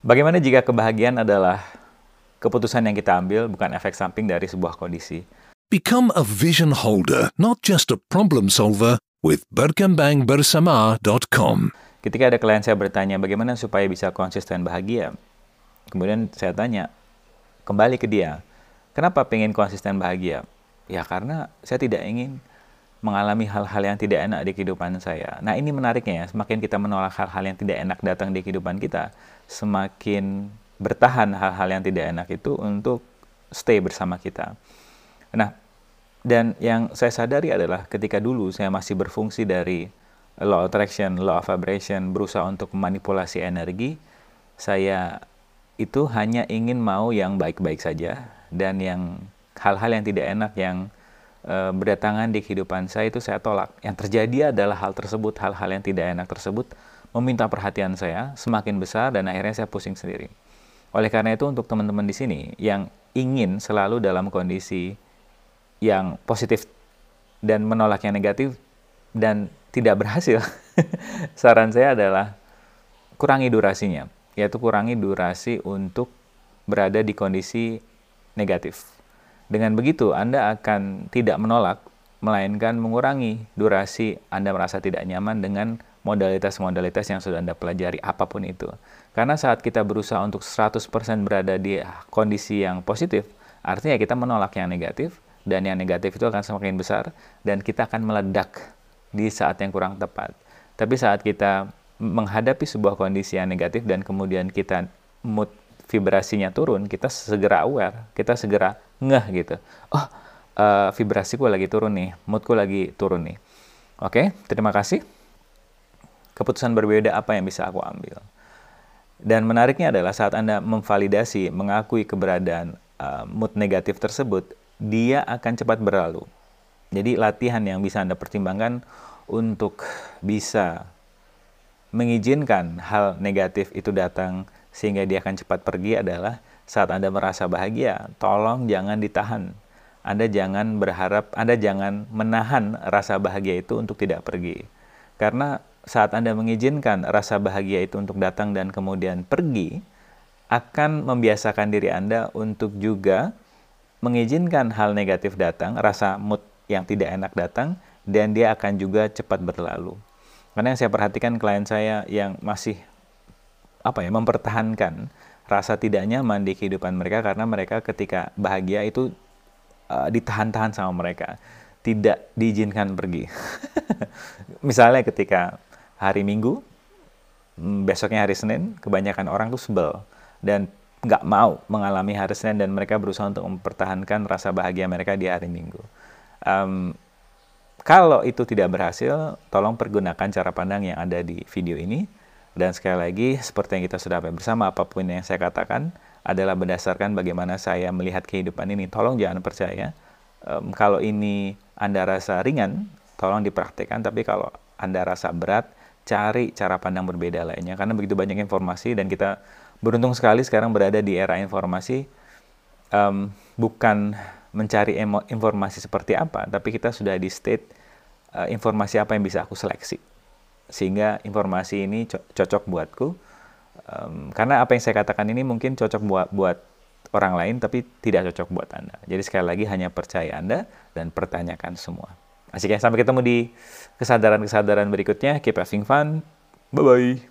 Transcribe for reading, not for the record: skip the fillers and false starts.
Bagaimana jika kebahagiaan adalah keputusan yang kita ambil, bukan efek samping dari sebuah kondisi? Become a vision holder, not just a problem solver with berkembangbersama.com. Ketika ada klien saya bertanya, bagaimana supaya bisa konsisten bahagia? Kemudian saya tanya, kembali ke dia, kenapa pengen konsisten bahagia? Ya karena saya tidak ingin mengalami hal-hal yang tidak enak di kehidupan saya. Nah ini menariknya ya, semakin kita menolak hal-hal yang tidak enak datang di kehidupan kita, semakin bertahan hal-hal yang tidak enak itu untuk stay bersama kita. Nah, dan yang saya sadari adalah ketika dulu saya masih berfungsi dari law of attraction, law of vibration, berusaha untuk memanipulasi energi, saya itu hanya ingin mau yang baik-baik saja, dan yang hal-hal yang tidak enak yang berdatangan di kehidupan saya itu saya tolak. Yang terjadi adalah hal tersebut, hal-hal yang tidak enak tersebut meminta perhatian saya semakin besar dan akhirnya saya pusing sendiri. Oleh karena itu untuk teman-teman di sini yang ingin selalu dalam kondisi yang positif dan menolak yang negatif dan tidak berhasil, saran saya adalah kurangi durasinya, yaitu kurangi durasi untuk berada di kondisi negatif. Dengan begitu, Anda akan tidak menolak, melainkan mengurangi durasi Anda merasa tidak nyaman dengan modalitas-modalitas yang sudah Anda pelajari, apapun itu. Karena saat kita berusaha untuk 100% berada di kondisi yang positif, artinya kita menolak yang negatif, dan yang negatif itu akan semakin besar, dan kita akan meledak di saat yang kurang tepat. Tapi saat kita menghadapi sebuah kondisi yang negatif, dan kemudian kita mood vibrasinya turun, kita segera aware, kita segera ngeh gitu. Oh, vibrasiku lagi turun nih, moodku lagi turun nih. Oke, terima kasih. Keputusan berbeda apa yang bisa aku ambil? Dan menariknya adalah saat Anda memvalidasi, mengakui keberadaan mood negatif tersebut, dia akan cepat berlalu. Jadi latihan yang bisa Anda pertimbangkan untuk bisa mengizinkan hal negatif itu datang sehingga dia akan cepat pergi adalah saat Anda merasa bahagia, tolong jangan ditahan. Anda jangan berharap, Anda jangan menahan rasa bahagia itu untuk tidak pergi. Karena saat Anda mengizinkan rasa bahagia itu untuk datang dan kemudian pergi, akan membiasakan diri Anda untuk juga mengizinkan hal negatif datang, rasa mood yang tidak enak datang, dan dia akan juga cepat berlalu. Karena yang saya perhatikan klien saya yang masih mempertahankan rasa tidak nyaman di kehidupan mereka karena mereka ketika bahagia itu ditahan-tahan sama mereka, tidak diizinkan pergi. Misalnya ketika hari Minggu, besoknya hari Senin, kebanyakan orang tuh sebel dan nggak mau mengalami hari Senin, dan mereka berusaha untuk mempertahankan rasa bahagia mereka di hari Minggu. Kalau itu tidak berhasil, tolong pergunakan cara pandang yang ada di video ini. Dan sekali lagi, seperti yang kita sudah bersama, apapun yang saya katakan adalah berdasarkan bagaimana saya melihat kehidupan ini. Tolong jangan percaya. Kalau ini Anda rasa ringan, tolong dipraktikkan. Tapi kalau Anda rasa berat, cari cara pandang berbeda lainnya. Karena begitu banyak informasi, dan kita beruntung sekali sekarang berada di era informasi. Bukan mencari informasi seperti apa, tapi kita sudah di state informasi apa yang bisa aku seleksi. Sehingga informasi ini cocok buatku, karena apa yang saya katakan ini mungkin cocok buat orang lain, tapi tidak cocok buat Anda. Jadi sekali lagi, hanya percaya Anda dan pertanyakan semua. Asik ya, sampai ketemu di kesadaran-kesadaran berikutnya. Keep having fun. Bye-bye.